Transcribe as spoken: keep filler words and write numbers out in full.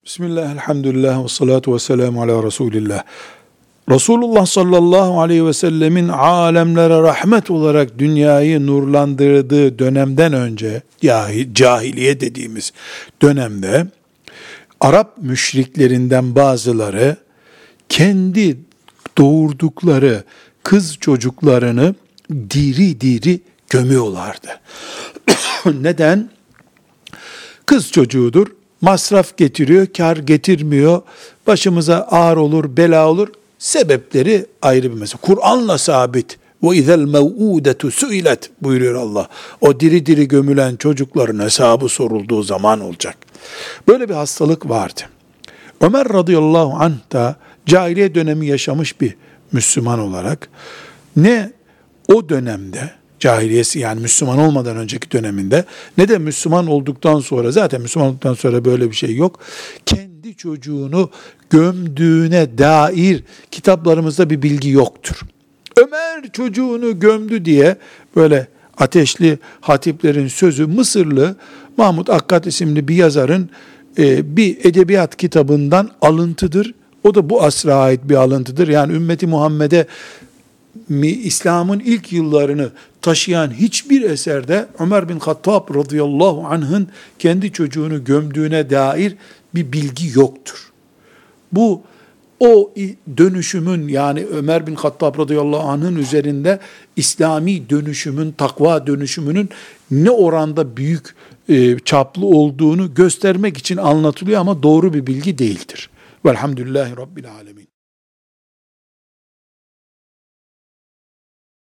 Bismillah, elhamdülillah, ve salatu ve selamu ala Resulillah. Resulullah sallallahu aleyhi ve sellemin alemlere rahmet olarak dünyayı nurlandırdığı dönemden önce, cahil, cahiliye dediğimiz dönemde, Arap müşriklerinden bazıları kendi doğurdukları kız çocuklarını diri diri gömüyorlardı. Neden? Kız çocuğudur. Masraf getiriyor, kar getirmiyor. Başımıza ağır olur, bela olur. Sebepleri ayrı bir mesele. Kur'an'la sabit. Ve izel mev'udetu suilet buyuruyor Allah. O diri diri gömülen çocukların hesabı sorulduğu zaman olacak. Böyle bir hastalık vardı. Ömer radıyallahu anh da cahiliye dönemi yaşamış bir Müslüman olarak ne o dönemde, cahiliyesi yani Müslüman olmadan önceki döneminde, ne de Müslüman olduktan sonra, zaten Müslüman olduktan sonra böyle bir şey yok, kendi çocuğunu gömdüğüne dair kitaplarımızda bir bilgi yoktur. Ömer çocuğunu gömdü diye böyle ateşli hatiplerin sözü, Mısırlı Mahmud Akkad isimli bir yazarın e, bir edebiyat kitabından alıntıdır. O da bu asra ait bir alıntıdır. Yani ümmeti Muhammed'e İslam'ın ilk yıllarını taşıyan hiçbir eserde Ömer bin Hattab radıyallahu anh'ın kendi çocuğunu gömdüğüne dair bir bilgi yoktur. Bu o dönüşümün, yani Ömer bin Hattab radıyallahu anh'ın üzerinde İslami dönüşümün, takva dönüşümünün ne oranda büyük e, çaplı olduğunu göstermek için anlatılıyor ama doğru bir bilgi değildir. Velhamdülillahi Rabbil alemin.